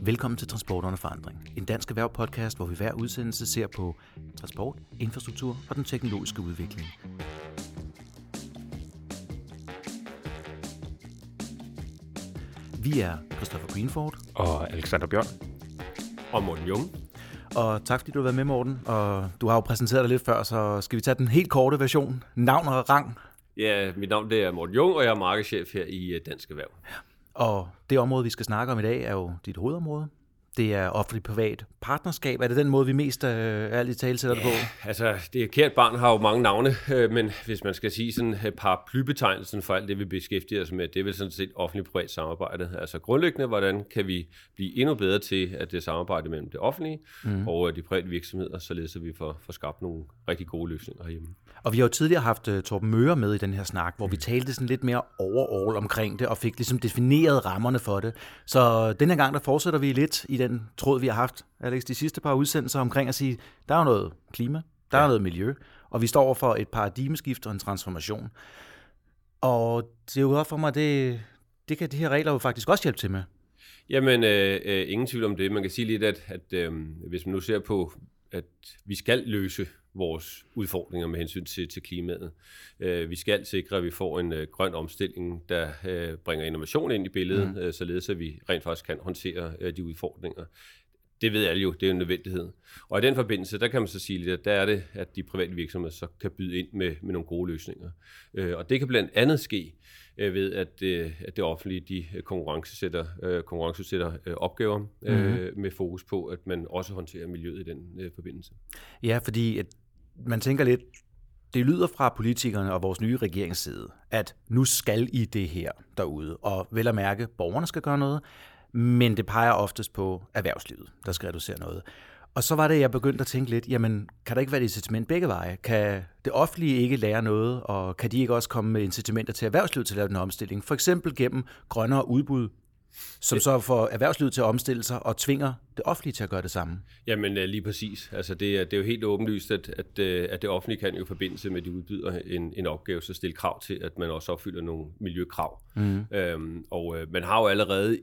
Velkommen til Transport under forandring. En dansk erhverv-podcast, hvor vi hver udsendelse ser på transport, infrastruktur og den teknologiske udvikling. Vi er Christopher Greenford og Alexander Bjørn og Morten Jung. Og tak fordi du har været med, Morten. Og du har jo præsenteret dig lidt før, så skal vi tage den helt korte version. Navn og rang. Ja, mit navn det er Morten Jung, og jeg er markedschef her i Dansk Erhverv. Ja. Og det område, vi skal snakke om i dag, er jo dit hovedområde. Det er offentlig-privat partnerskab. Er det den måde, vi mest ærligt tale sætter det på? Altså, det er kært barn har jo mange navne, men hvis man skal sige sådan et paraplybetegnelsen for alt det, vi beskæftiger os med, det er vel sådan set offentlig-privat samarbejde. Altså grundlæggende, hvordan kan vi blive endnu bedre til at det samarbejde mellem det offentlige og de private virksomheder, således at vi får skabt nogle rigtig gode løsninger herhjemme. Og vi har jo tidligere haft Torben Møre med i den her snak, hvor vi talte sådan lidt mere overall omkring det, og fik ligesom defineret rammerne for det. Så denne gang, der fortsætter vi lidt i den tråd, vi har haft, Alex, de sidste par udsendelser omkring at sige, der er noget klima, der er noget miljø, og vi står over for et paradigmeskift og en transformation. Og det er jo godt for mig, det kan de her regler jo faktisk også hjælpe til med. Jamen, ingen tvivl om det. Man kan sige lidt, at hvis man nu ser på, at vi skal løse vores udfordringer med hensyn til klimaet. Vi skal sikre, at vi får en grøn omstilling, der bringer innovation ind i billedet, således at vi rent faktisk kan håndtere de udfordringer. Det ved alle jo, det er en nødvendighed. Og i den forbindelse, der kan man så sige lidt, at der er det, at de private virksomheder så kan byde ind med nogle gode løsninger. Og det kan blandt andet ske ved, at det offentlige de konkurrencesætter opgaver med fokus på, at man også håndterer miljøet i den forbindelse. Ja, fordi man tænker lidt, det lyder fra politikerne og vores nye regeringsside, at nu skal I det her derude, og vel at mærke, borgerne skal gøre noget, men det peger oftest på erhvervslivet, der skal reducere noget. Og så var det, jeg begyndte at tænke lidt, jamen, kan der ikke være et incitament begge veje? Kan det offentlige ikke lære noget, og kan de ikke også komme med incitamenter til erhvervslivet til at lave den omstilling? For eksempel gennem grønnere udbud, som så får erhvervslivet til at omstille sig og tvinger det offentlige til at gøre det samme. Jamen lige præcis. Altså det er jo helt åbenlyst, at det offentlige kan jo i forbindelse med de udbyder en opgave, så stille krav til, at man også opfylder nogle miljøkrav. Og man har jo allerede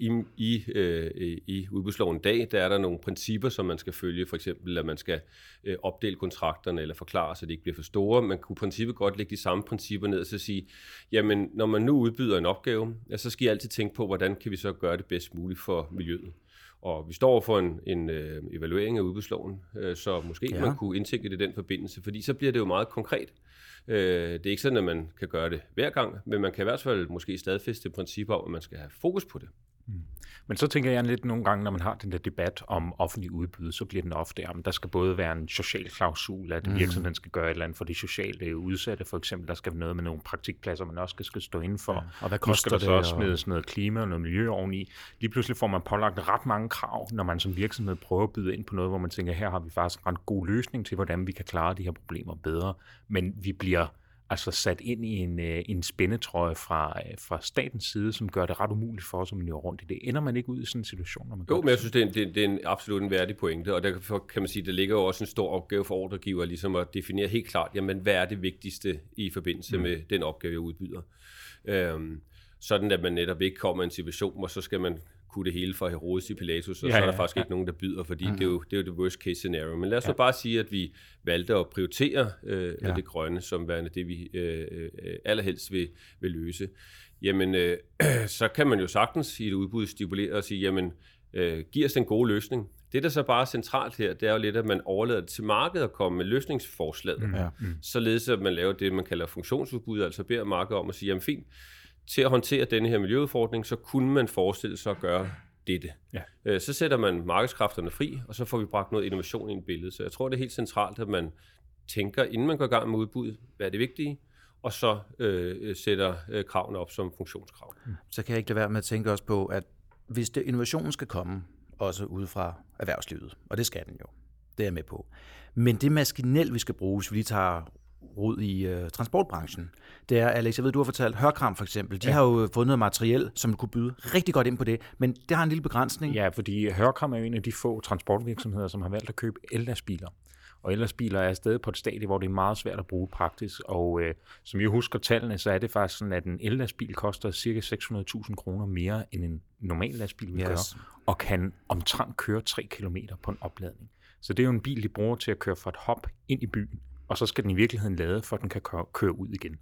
i udbudsloven i dag, der er der nogle principper, som man skal følge. For eksempel, at man skal opdele kontrakterne eller forklare, så de ikke bliver for store. Man kunne i princippet godt lægge de samme principper ned og så sige, jamen når man nu udbyder en opgave, så skal I altid tænke på, hvordan kan vi så gøre det bedst muligt for miljøet. Og vi står for en evaluering af udbudsloven, så måske man kunne indtænke det i den forbindelse, fordi så bliver det jo meget konkret. Det er ikke sådan, at man kan gøre det hver gang, men man kan i hvert fald måske stadfæste principper om, at man skal have fokus på det. Men så tænker jeg lidt nogle gange, når man har den der debat om offentlig udbud, så bliver den ofte, at der skal både være en social klausul, at virksomheden skal gøre et eller andet for de sociale udsatte, for eksempel, der skal være noget med nogle praktikpladser, man også skal stå inden for. Ja. Og hvad koster det? Nu skal der så også smides noget klima og noget miljø oveni. Lige pludselig får man pålagt ret mange krav, når man som virksomhed prøver at byde ind på noget, hvor man tænker, her har vi faktisk en ret god løsning til, hvordan vi kan klare de her problemer bedre. Men vi bliver altså sat ind i en spændetrøje fra statens side, som gør det ret umuligt for os at manøvrere rundt i det. Ender man ikke ud i sådan en situation? Når man men jeg synes, det er en absolut en værdig pointe, og derfor kan man sige, at der ligger jo også en stor opgave for ordregiver, ligesom at definere helt klart, jamen, hvad er det vigtigste i forbindelse med den opgave, jeg udbyder. Sådan at man netop ikke kommer i en situation, hvor så skal man kunne det hele fra Herodes til Pilatus, og så er der faktisk ikke nogen, der byder, fordi det er jo det worst case scenario. Men lad os så bare sige, at vi valgte at prioritere det grønne, som værende det, vi allerhelst vil løse. Jamen, så kan man jo sagtens i et udbud stipulere og sige, jamen, giv os den gode løsning. Det, der så bare er centralt her, det er jo lidt, at man overlader det til markedet at komme med løsningsforslaget. Således at man laver det, man kalder funktionsudbud, altså beder markedet om at sige, jamen fint, til at håndtere denne her miljøudfordring, så kunne man forestille sig at gøre dette. Ja. Så sætter man markedskræfterne fri, og så får vi bragt noget innovation ind i billedet. Så jeg tror, det er helt centralt, at man tænker, inden man går i gang med udbuddet, hvad er det vigtige, og så sætter kravene op som funktionskrav. Så kan jeg ikke lade være med at tænke også på, at hvis innovationen skal komme, også ude fra erhvervslivet, og det skal den jo, det er jeg med på. Men det maskinel, vi skal bruge, hvis vi lige tager rod i transportbranchen, det er, Alex, jeg ved, du har fortalt, Hørkram for eksempel, de har jo fundet noget materiel, som kunne byde rigtig godt ind på det, men det har en lille begrænsning. Ja, fordi Hørkram er jo en af de få transportvirksomheder, som har valgt at købe ellastbiler. Og elbiler er stadig på et stadie, hvor det er meget svært at bruge praktisk. Og som jeg husker tallene, så er det faktisk sådan, at en ellastbil koster ca. 600.000 kroner mere end en normal lastbil vil gøre, og kan omtrent køre 3 km på en opladning. Så det er jo en bil, de bruger til at køre fra et hop ind i byen, og så skal den i virkeligheden lade, for at den kan køre ud igen.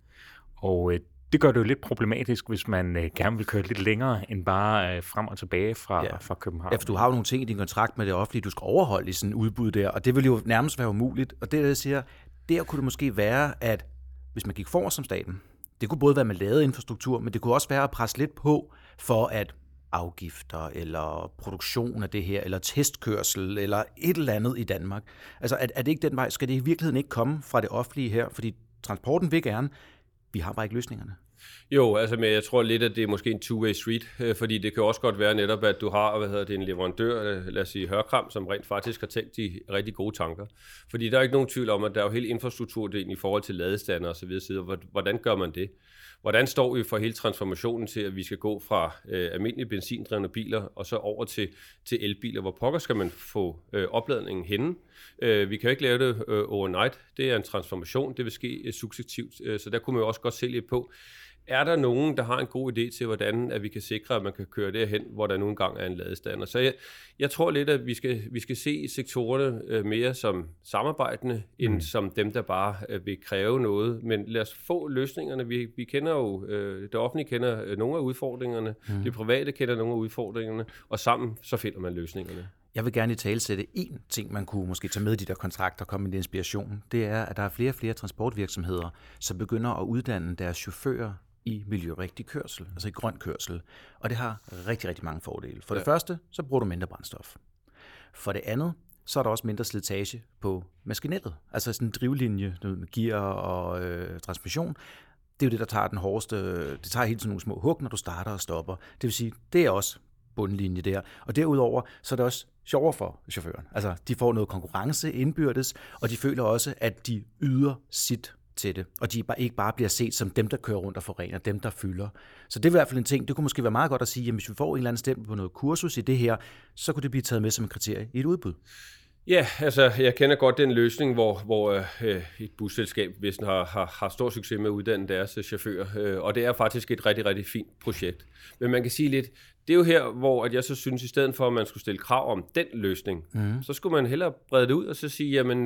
Og det gør det jo lidt problematisk, hvis man gerne vil køre lidt længere, end bare frem og tilbage fra København. Ja, for du har jo nogle ting i din kontrakt med det offentlige, du skal overholde i sådan et udbud der, og det vil jo nærmest være umuligt. Og det, jeg siger, der kunne det måske være, at hvis man gik forrest som staten, det kunne både være med ladeinfrastruktur, men det kunne også være at presse lidt på for at afgifter, eller produktion af det her, eller testkørsel, eller et eller andet i Danmark. Altså, er det ikke den vej? Skal det i virkeligheden ikke komme fra det offentlige her? Fordi transporten vil gerne. Vi har bare ikke løsningerne. Jo, altså men jeg tror lidt, at det er måske en two-way street, fordi det kan også godt være netop, at du har en leverandør, lad os sige Hørkram, som rent faktisk har tænkt de rigtig gode tanker. Fordi der er ikke nogen tvivl om, at der er jo hele infrastrukturdelen i forhold til ladestander og så videre. Hvordan gør man det? Hvordan står vi for hele transformationen til, at vi skal gå fra almindelige benzindrevne biler og så over til elbiler? Hvor pokker skal man få opladningen henne? Vi kan jo ikke lave det overnight. Det er en transformation. Det vil ske successivt. Så der kunne man jo også godt se lidt på. Er der nogen, der har en god idé til, hvordan at vi kan sikre, at man kan køre derhen, hvor der nu engang er en ladestander? Så jeg tror lidt, at vi skal se sektorerne mere som samarbejdende, end som dem, der bare vil kræve noget. Men lad os få løsningerne. Vi kender jo, det offentlige kender nogle af udfordringerne, det private kender nogle af udfordringerne, og sammen så finder man løsningerne. Jeg vil gerne i talesætte én ting, man kunne måske tage med i de der kontrakter og komme med inspiration. Det er, at der er flere og flere transportvirksomheder, som begynder at uddanne deres chauffører i miljørigtig kørsel, altså i grøn kørsel. Og det har rigtig, rigtig mange fordele. For det første, så bruger du mindre brændstof. For det andet, så er der også mindre slitage på maskinellet. Altså sådan en drivlinje med gear og transmission. Det er jo det, der tager den hårdeste. Det tager hele tiden nogle små hug, når du starter og stopper. Det vil sige, det er også bundlinje der. Og derudover, så er det også sjovere for chaufføren. Altså, de får noget konkurrence indbyrdes, og de føler også, at de yder sit til det, og de ikke bare bliver set som dem, der kører rundt og forurener, dem, der fylder. Så det er i hvert fald en ting, det kunne måske være meget godt at sige, at hvis vi får en eller anden stempel på noget kursus i det her, så kunne det blive taget med som en kriterie i et udbud. Ja, altså jeg kender godt den løsning, hvor et busselskab vist har stor succes med at uddanne deres chauffører, og det er faktisk et rigtig, rigtig fint projekt. Men man kan sige lidt, det er jo her, hvor at jeg så synes, i stedet for, at man skulle stille krav om den løsning, så skulle man hellere brede det ud og så sige, jamen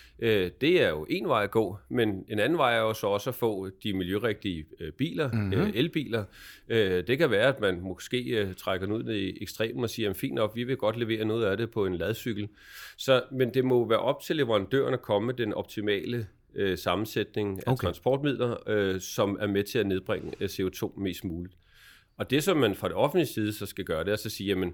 det er jo en vej at gå, men en anden vej er jo så også at få de miljørigtige biler, elbiler. Det kan være, at man måske trækker den ud i ekstremen og siger, jamen fint nok, vi vil godt levere noget af det på en ladcykel. Men det må være op til leverandøren at komme med den optimale sammensætning af transportmidler, som er med til at nedbringe CO2 mest muligt. Og det, som man fra det offentlige side så skal gøre, det er at sige, jamen,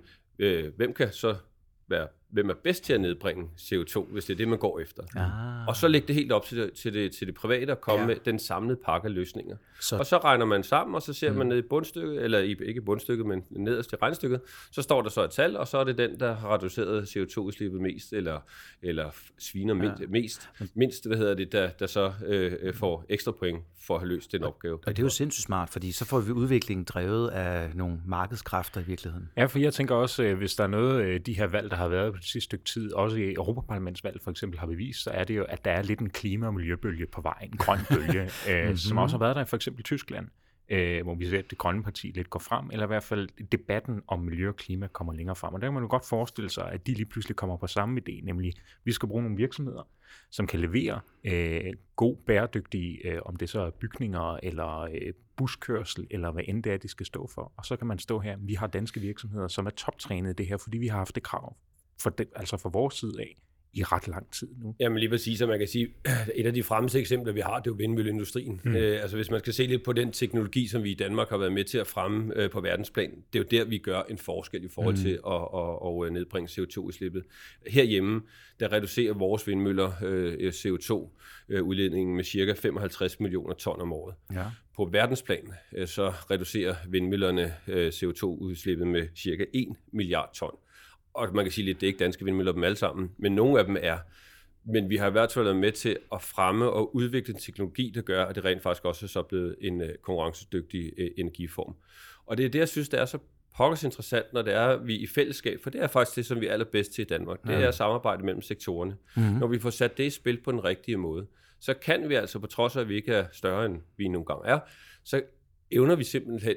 hvem er bedst til at nedbringe CO2, hvis det er det, man går efter. Og så lægge det helt op til det private og komme med den samlede pakke af løsninger. Og så regner man sammen, og så ser man ned i bundstykket, eller ikke bundstykket, men nederst i regnstykket, så står der så et tal, og så er det den, der har reduceret CO2-udslippet mest, eller sviner mindst, der så får ekstra point for at have løst den opgave. Og det er jo sindssygt smart, fordi så får vi udviklingen drevet af nogle markedskræfter i virkeligheden. Ja, for jeg tænker også, hvis der er noget, de her valg, der har været på det sidste stykke tid, også i Europaparlamentsvalg for eksempel har bevist, så er det jo, at der er lidt en klima- og miljøbølge på vej, en grøn bølge, som også har været der i for eksempel Tyskland, hvor vi ser, at det grønne parti lidt går frem, eller i hvert fald debatten om miljø og klima kommer længere frem. Og der kan man jo godt forestille sig, at de lige pludselig kommer på samme idé, nemlig, at vi skal bruge nogle virksomheder, som kan levere god, bæredygtige, om det så er bygninger, eller buskørsel, eller hvad end det er, de skal stå for. Og så kan man stå her, vi har danske virksomheder, som er toptrænet i det her, fordi vi har haft det krav fra vores side af, i ret lang tid nu. Jamen lige præcis, at man kan sige, et af de fremmeste eksempler, vi har, det er jo vindmølleindustrien. Altså hvis man skal se lidt på den teknologi, som vi i Danmark har været med til at fremme på verdensplan, det er jo der, vi gør en forskel i forhold til at nedbringe CO2-udslippet. Herhjemme, der reducerer vores vindmøller CO2-udledningen med cirka 55 millioner ton om året. Ja. På verdensplan, så reducerer vindmøllerne CO2-udslippet med cirka 1 milliard ton. Og man kan sige lidt, det er ikke danske vindmøller dem alle sammen, men nogle af dem er. Men vi har i hvert fald været med til at fremme og udvikle en teknologi, der gør, at det rent faktisk også er så blevet en konkurrencedygtig energiform. Og det er det, jeg synes, der er så pokkers interessant, når det er, at vi i fællesskab, for det er faktisk det, som vi er allerbedst til i Danmark, det er samarbejde mellem sektorerne. Når vi får sat det i spil på den rigtige måde, så kan vi altså, på trods af, at vi ikke er større, end vi nogle gange er, så evner vi simpelthen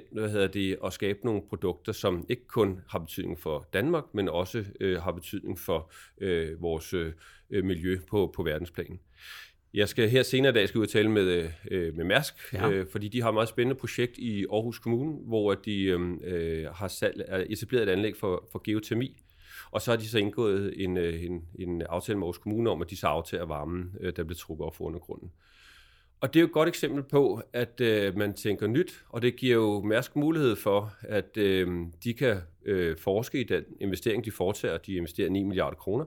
at skabe nogle produkter, som ikke kun har betydning for Danmark, men også har betydning for vores miljø på verdensplan. Jeg skal her senere i dag ud og tale med Mærsk, fordi de har et meget spændende projekt i Aarhus Kommune, hvor de har etableret et anlæg for geotermi, og så har de så indgået en aftale med Aarhus Kommune om, at de så aftager varmen, der bliver trukket op for undergrunden. Og det er jo et godt eksempel på, at man tænker nyt, og det giver jo Mærsk mulighed for, at de kan forske i den investering, de foretager. De investerer 9 milliarder kroner.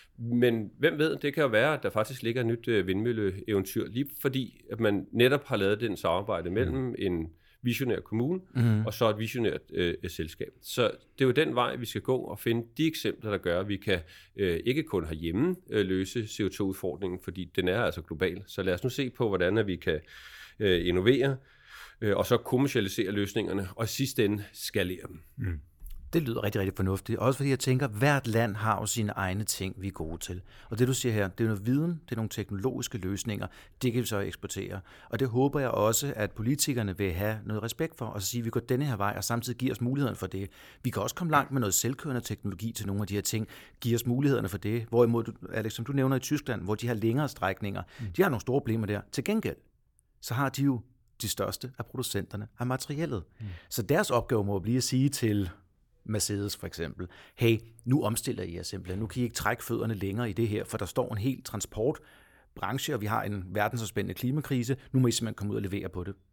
Men hvem ved, det kan jo være, at der faktisk ligger et nyt vindmølleeventyr, lige fordi at man netop har lavet den samarbejde mellem en visionær kommune og så et visionært selskab. Så det er jo den vej, vi skal gå og finde de eksempler, der gør, at vi kan ikke kun herhjemme løse CO2-udfordringen, fordi den er altså global. Så lad os nu se på, hvordan at vi kan innovere og så kommercialisere løsningerne og i sidste ende skalere dem. Det lyder rigtig, rigtig fornuftigt. Også fordi jeg tænker, at hvert land har jo sine egne ting, vi er gode til. Og det, du siger her, det er noget viden, det er nogle teknologiske løsninger, det kan vi så eksportere. Og det håber jeg også, at politikerne vil have noget respekt for, og så sige, at vi går denne her vej, og samtidig giver os muligheden for det. Vi kan også komme langt med noget selvkørende teknologi til nogle af de her ting, giver os mulighederne for det. Hvorimod, Alex, som du nævner i Tyskland, hvor de har længere strækninger, de har nogle store problemer der. Til gengæld, så har de jo de største af producenterne af materiellet. Så deres opgave må blive at sige til Mercedes for eksempel, hey, nu omstiller I jer simpelthen, nu kan I ikke trække fødderne længere i det her, for der står en hel transportbranche, og vi har en verdensomspændende klimakrise, nu må I simpelthen komme ud og levere på det.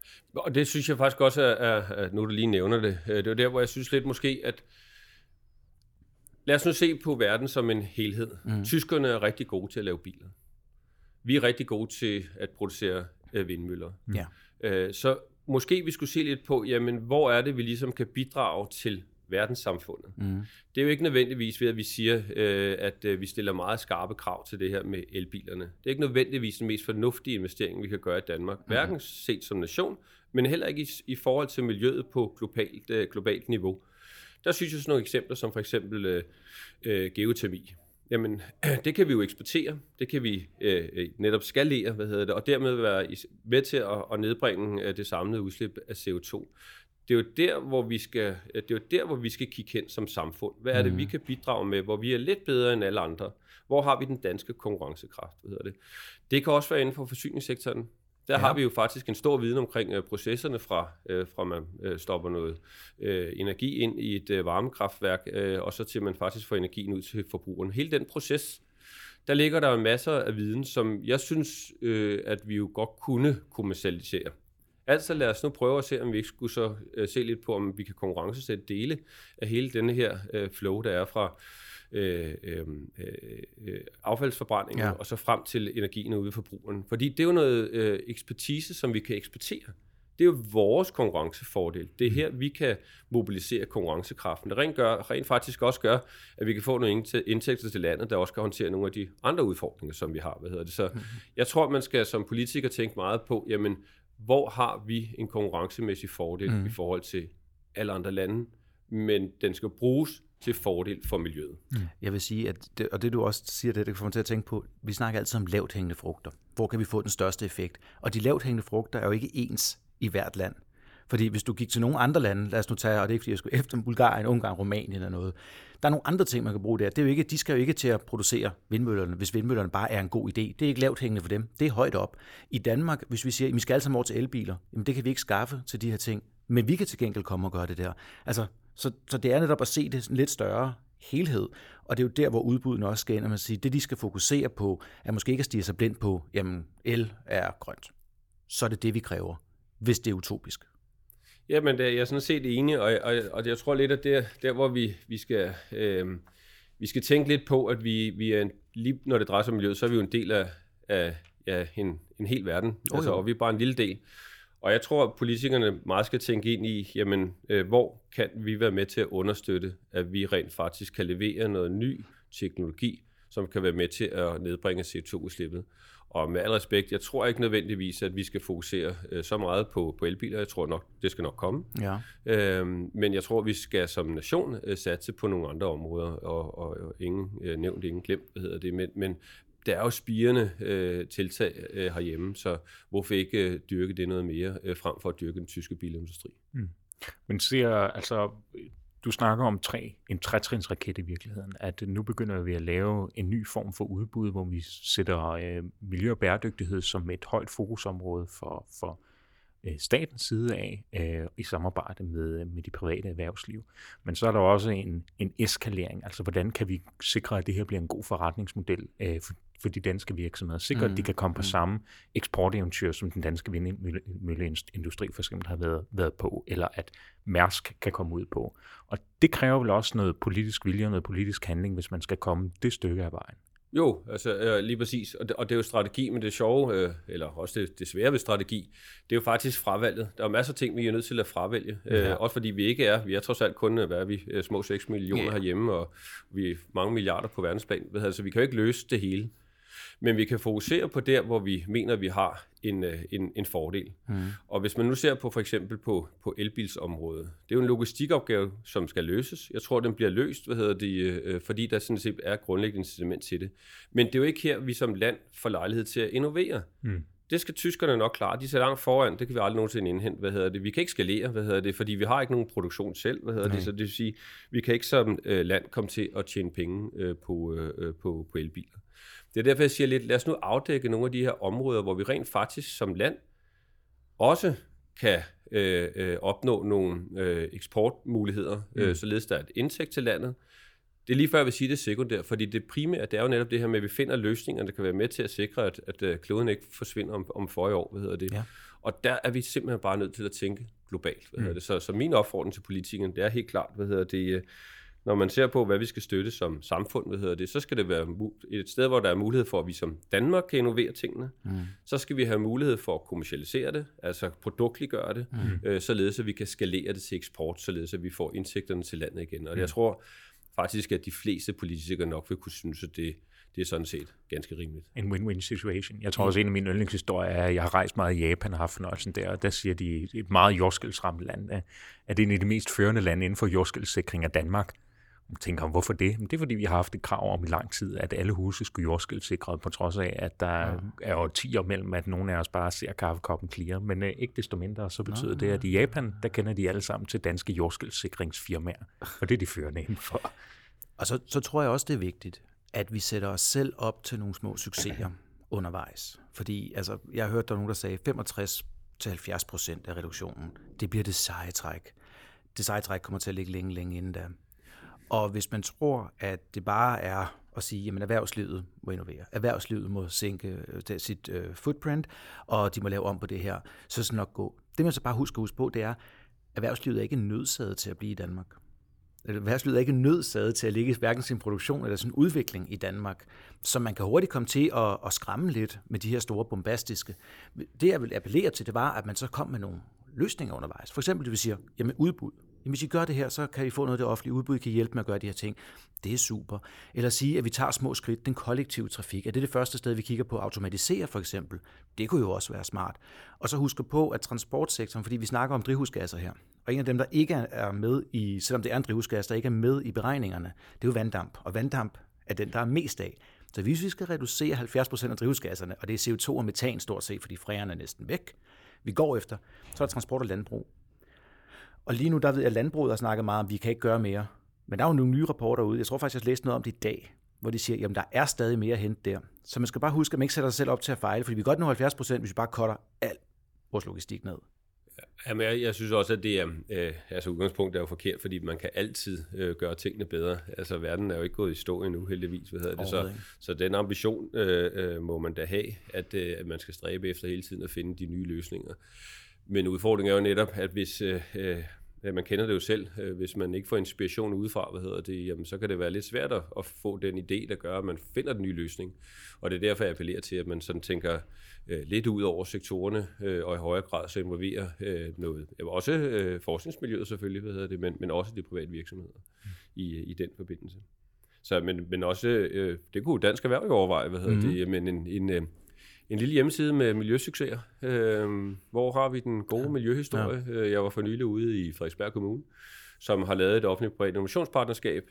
Og det synes jeg faktisk også er nu du lige nævner det, det er der, hvor jeg synes lidt måske, at lad os nu se på verden som en helhed. Tyskerne er rigtig gode til at lave biler. Vi er rigtig gode til at producere vindmøller. Så måske vi skulle se lidt på, jamen, hvor er det, vi ligesom kan bidrage til verdenssamfundet. Det er jo ikke nødvendigvis ved, at vi siger, at vi stiller meget skarpe krav til det her med elbilerne. Det er ikke nødvendigvis den mest fornuftige investering, vi kan gøre i Danmark. Hverken set som nation, men heller ikke i forhold til miljøet på globalt niveau. Der synes jeg sådan nogle eksempler, som for eksempel geotermi. Jamen, det kan vi jo eksportere, det kan vi netop skalere, og dermed være med til at nedbringe det samlede udslip af CO2. Det er jo der, hvor vi skal kigge hen som samfund. Hvad er det, vi kan bidrage med, hvor vi er lidt bedre end alle andre? Hvor har vi den danske konkurrencekraft? Det kan også være inden for forsyningssektoren. Der har vi jo faktisk en stor viden omkring processerne fra man stopper noget energi ind i et varmekraftværk, og så til man faktisk får energien ud til forbrugeren. Hele den proces, der ligger der masser af viden, som jeg synes, at vi jo godt kunne kommercialisere. Altså lad os nu prøve at se, om vi ikke skulle så se lidt på, om vi kan konkurrencesætte dele af hele denne her flow, der er fra affaldsforbrændingen og så frem til energien ude i forbrugeren. Fordi det er jo noget ekspertise, som vi kan eksportere. Det er jo vores konkurrencefordel. Det er her, vi kan mobilisere konkurrencekraften. Det rent faktisk også gør, at vi kan få nogle indtægter til landet, der også kan håndtere nogle af de andre udfordringer, som vi har. Så jeg tror, man skal som politiker tænke meget på, jamen, hvor har vi en konkurrencemæssig fordel i forhold til alle andre lande, men den skal bruges til fordel for miljøet. Jeg vil sige, at det du også siger, det kan få mig til at tænke på, vi snakker altid om lavt hængende frugter. Hvor kan vi få den største effekt? Og de lavt hængende frugter er jo ikke ens i hvert land. Fordi hvis du gik til nogle andre lande, lad os nu tage, og det er ikke fordi jeg skulle efter Bulgarien, Ungarn, Rumænien eller noget, der er nogle andre ting, man kan bruge der. Det er jo ikke, de skal jo ikke til at producere vindmøllerne, hvis vindmøllerne bare er en god idé. Det er ikke lavt hængende for dem. Det er højt op. I Danmark, hvis vi siger, at vi skal alle sammen over til elbiler, jamen det kan vi ikke skaffe til de her ting. Men vi kan til gengæld komme og gøre det der. Altså, så det er netop at se det sådan lidt større helhed. Og det er jo der, hvor udbuddene også skal ind, at man siger, det de skal fokusere på, er måske ikke at stige sig blind på, jamen el er grønt. Så er det det, vi kræver, hvis det er utopisk. Jamen, jeg er sådan set enig, og jeg tror lidt, at der hvor vi skal tænke lidt på, at vi er, lige når det drejer sig om miljøet, så er vi jo en del af en hel verden, og vi er bare en lille del. Og jeg tror, at politikerne meget skal tænke ind i, jamen, hvor kan vi være med til at understøtte, at vi rent faktisk kan levere noget ny teknologi, som kan være med til at nedbringe CO2-udslippet. Og med al respekt, jeg tror ikke nødvendigvis, at vi skal fokusere så meget på elbiler. Jeg tror nok, det skal nok komme. Ja. Men jeg tror, vi skal som nation satse på nogle andre områder, og ingen nævnt, ingen glemt, men der er jo spirende tiltag herhjemme, så hvorfor ikke dyrke det noget mere, frem for at dyrke den tyske bilindustri? Men du snakker om en tretrinsraket i virkeligheden, at nu begynder vi at lave en ny form for udbud, hvor vi sætter miljø og bæredygtighed som et højt fokusområde for statens side af, i samarbejde med de private erhvervsliv. Men så er der også en eskalering, altså hvordan kan vi sikre, at det her bliver en god forretningsmodel for de danske virksomheder. Sikre, at de kan komme på samme eksporteventyr, som den danske vindmølleindustri for eksempel har været på, eller at Mærsk kan komme ud på. Og det kræver vel også noget politisk vilje og noget politisk handling, hvis man skal komme det stykke af vejen. Jo, altså lige præcis, og det er jo strategi, men det sjove, eller også det svære ved strategi, det er jo faktisk fravalget. Der er masser af ting, vi er nødt til at fravælge, også fordi vi er trods alt kun, små 6 millioner herhjemme, og vi er mange milliarder på verdensplan, så vi kan jo ikke løse det hele. Men vi kan fokusere på der, hvor vi mener, vi har en fordel. Og hvis man nu ser på for eksempel på elbilsområdet, det er jo en logistikopgave, som skal løses. Jeg tror, den bliver løst, fordi der sådan set er grundlæggende incitament til det. Men det er jo ikke her, vi som land får lejlighed til at innovere. Det skal tyskerne nok klare. De er langt foran. Det kan vi aldrig nogensinde indhente. Vi kan ikke skalere, fordi vi har ikke nogen produktion selv. Så det vil sige, vi kan ikke som land komme til at tjene penge på elbiler. Det er derfor, jeg siger lidt, lad os nu afdække nogle af de her områder, hvor vi rent faktisk som land også kan opnå nogle eksportmuligheder, således der er et indtægt til landet. Det er lige før, jeg vil sige det sekundært, fordi det primære, det er jo netop det her med, at vi finder løsninger, der kan være med til at sikre, at kloden ikke forsvinder om 40 år. Ja. Og der er vi simpelthen bare nødt til at tænke globalt. Så min opfordring til politikerne, det er helt klart, når man ser på, hvad vi skal støtte som samfund, så skal det være et sted, hvor der er mulighed for, at vi som Danmark kan innovere tingene. Så skal vi have mulighed for at kommercialisere det, altså produktliggøre det, således at vi kan skalere det til eksport, således at vi får indtægterne til landet igen. Og jeg tror faktisk, at de fleste politikere nok vil kunne synes, at det er sådan set ganske rimeligt. En win-win situation. Jeg tror også, en af mine yndlingshistorier er, at jeg har rejst meget i Japan og haft fornøjelsen der, og der siger de, et meget jordskældsramt land, at det er en af de mest førende lande inden for jordskældssikring af Danmark. Jeg tænker, hvorfor det? Men det er, fordi vi har haft et krav om i lang tid, at alle huse skulle jordskældssikret, på trods af, at der er årtier mellem, at nogle af os bare ser kaffekoppen clear. Men ikke desto mindre, så betyder det, at i Japan, der kender de alle sammen til danske jordskældssikringsfirmaer. Og det er de førende indenfor. Og så tror jeg også, det er vigtigt, at vi sætter os selv op til nogle små succeser undervejs. Fordi jeg har hørt, der er nogen, der sagde 65-70% af reduktionen, det bliver det seje træk. Det seje træk kommer til at ligge længe inden da. Og hvis man tror, at det bare er at sige, at erhvervslivet må innovere, erhvervslivet må sænke sit footprint, og de må lave om på det her, så skal det nok gå. Det man så bare huske på, det er, at erhvervslivet er ikke nødsaget til at blive i Danmark. Erhvervslivet er ikke nødsaget til at ligge hverken sin produktion eller sin udvikling i Danmark, så man kan hurtigt komme til at skræmme lidt med de her store bombastiske. Det jeg vil appellere til, det var, at man så kom med nogle løsninger undervejs. For eksempel det vil sige, jamen udbud. Jamen, hvis I gør det her, så kan I få noget af det offentlige udbud, I kan hjælpe med at gøre de her ting. Det er super. Eller sige, at vi tager små skridt, den kollektive trafik. Er det første sted, vi kigger på at automatisere for eksempel? Det kunne jo også være smart. Og så huske på, at transportsektoren, fordi vi snakker om drivhusgasser her, og en af dem, der ikke er med i, selvom det er en drivhusgas, der ikke er med i beregningerne, det er jo vanddamp. Og vanddamp er den, der er mest af. Så hvis vi skal reducere 70% af drivhusgasserne, og det er CO2 og metan stort set, fordi fræerne er næsten væk, vi går efter, så er der transport og landbrug. Og lige nu, der ved jeg, at landbruget har snakket meget om, at vi kan ikke gøre mere. Men der er jo nogle nye rapporter ude. Jeg tror faktisk, jeg læste noget om det i dag, hvor de siger, at der er stadig mere at hente der. Så man skal bare huske, at man ikke sætter sig selv op til at fejle, fordi vi kan godt nå 70%, hvis vi bare cutter alt vores logistik ned. Jamen, jeg synes også, at det er, udgangspunktet er jo forkert, fordi man kan altid gøre tingene bedre. Altså, verden er jo ikke gået i stå endnu, heldigvis. Så den ambition må man da have, at man skal stræbe efter hele tiden at finde de nye løsninger. Men udfordringen er jo netop, at hvis man kender det jo selv, hvis man ikke får inspiration udefra, jamen, så kan det være lidt svært at få den idé, der gør, at man finder den nye løsning. Og det er derfor, jeg appellerer til, at man sådan tænker lidt ud over sektorerne, og i højere grad så involverer noget. Også forskningsmiljøet selvfølgelig, men også de private virksomheder i den forbindelse. Så, men også, det kunne Dansk Erhverv overveje, men en lille hjemmeside med miljøsucceser. Hvor har vi den gode miljøhistorie? Ja. Jeg var for nylig ude i Frederiksberg Kommune, som har lavet et offentligt-privat innovationspartnerskab,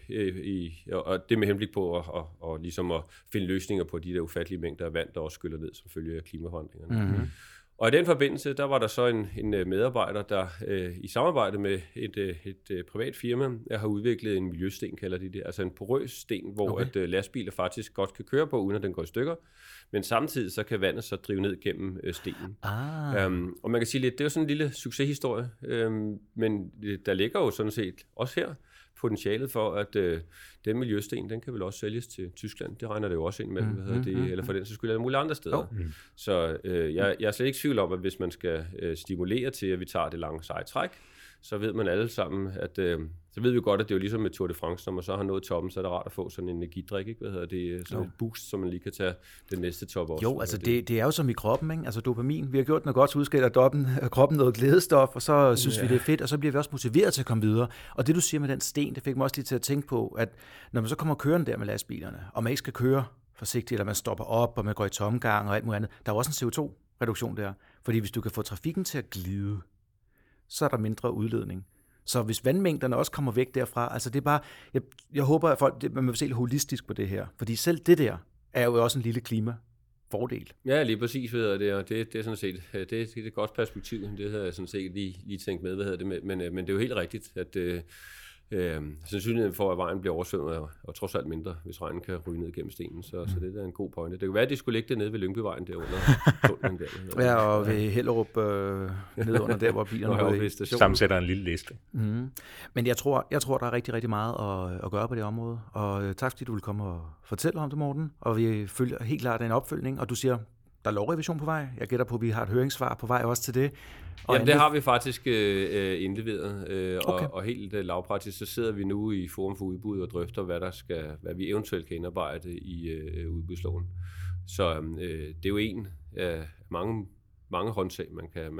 og det med henblik på at ligesom at finde løsninger på de der ufattelige mængder af vand, der også skyller ned som følge af klimaforandringerne. Mm-hmm. Og i den forbindelse, der var der så en medarbejder, der i samarbejde med et privat firma har udviklet en miljøsten, kalder de det. Altså en porøs sten, hvor at lastbiler faktisk godt kan køre på, uden at den går i stykker. Men samtidig så kan vandet så drive ned gennem stenen. Og man kan sige lidt, det er jo sådan en lille succeshistorie, men der ligger jo sådan set også her potentialet for, at den miljøsten, den kan vel også sælges til Tyskland. Det regner det jo også ind med, eller for den så skulle alle mulige andre steder. Så jeg er slet ikke tvivl om, at hvis man skal stimulere til, at vi tager det lange seje træk, så ved man alle sammen, at så ved vi godt, at det er jo ligesom med Tour de France, når man så har nået toppen, så er det rart at få sådan en energidrik, ikke? Sådan et boost, så man lige kan tage den næste top også. Jo, altså det er jo som i kroppen, ikke? Altså dopamin. Vi har gjort noget godt, så udskiller kroppen noget glædestof, og så synes vi, det er fedt, og så bliver vi også motiveret til at komme videre. Og det, du siger med den sten, det fik mig også lige til at tænke på, at når man så kommer kørende der med lastbilerne, og man ikke skal køre forsigtigt, eller man stopper op, og man går i tomgang og alt muligt andet, der er også en CO2-reduktion der. Fordi hvis du kan få trafikken til at glide, så er der mindre udledning. Så hvis vandmængderne også kommer væk derfra, altså det er bare, jeg håber, at man vil se lidt holistisk på det her, fordi selv det der er jo også en lille klimafordel. Ja, lige præcis, det er sådan set, det er et godt perspektiv, det havde jeg sådan set lige tænkt med, men det er jo helt rigtigt, at sandsynligheden for, at vejen bliver oversvømmet, og trods alt mindre, hvis regnen kan ryge ned gennem stenen. Så det er en god pointe. Det kan være, at de skulle ligge det nede ved Lyngbyvejen derunder. Ja, og ved Hellerup ned under der, hvor bilerne går. Sammensætter en lille liste. Mm. Men jeg tror, der er rigtig, rigtig meget at gøre på det område. Og tak fordi du vil komme og fortælle om det, Morten. Og vi følger helt klart en opfølgning, og du siger, der er lovrevision på vej. Jeg gætter på, at vi har et høringssvar på vej også til det. Jamen, det har vi faktisk indleveret, og helt lavpraktisk, så sidder vi nu i Forum for Udbud og drøfter, hvad vi eventuelt kan indarbejde i udbudsloven. Så det er jo en af mange håndtag,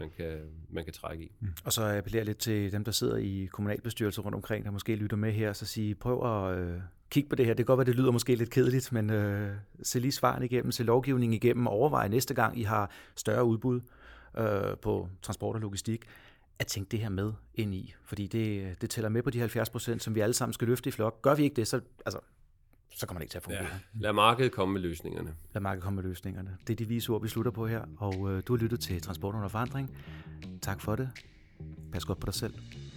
man kan trække i. Og så appellerer lidt til dem, der sidder i kommunalbestyrelser rundt omkring, der måske lytter med her, så sige, prøv at kigge på det her. Det kan godt være, det lyder måske lidt kedeligt, men se lige svarene igennem, se lovgivningen igennem, overvej næste gang, I har større udbud på transport og logistik, at tænke det her med ind i. Fordi det tæller med på de 70%, som vi alle sammen skal løfte i flok. Gør vi ikke det, så kommer det ikke til at fungere. Ja, lad markedet komme med løsningerne. Det er de vise ord, vi slutter på her, og du har lyttet til Transport under forandring. Tak for det. Pas godt på dig selv.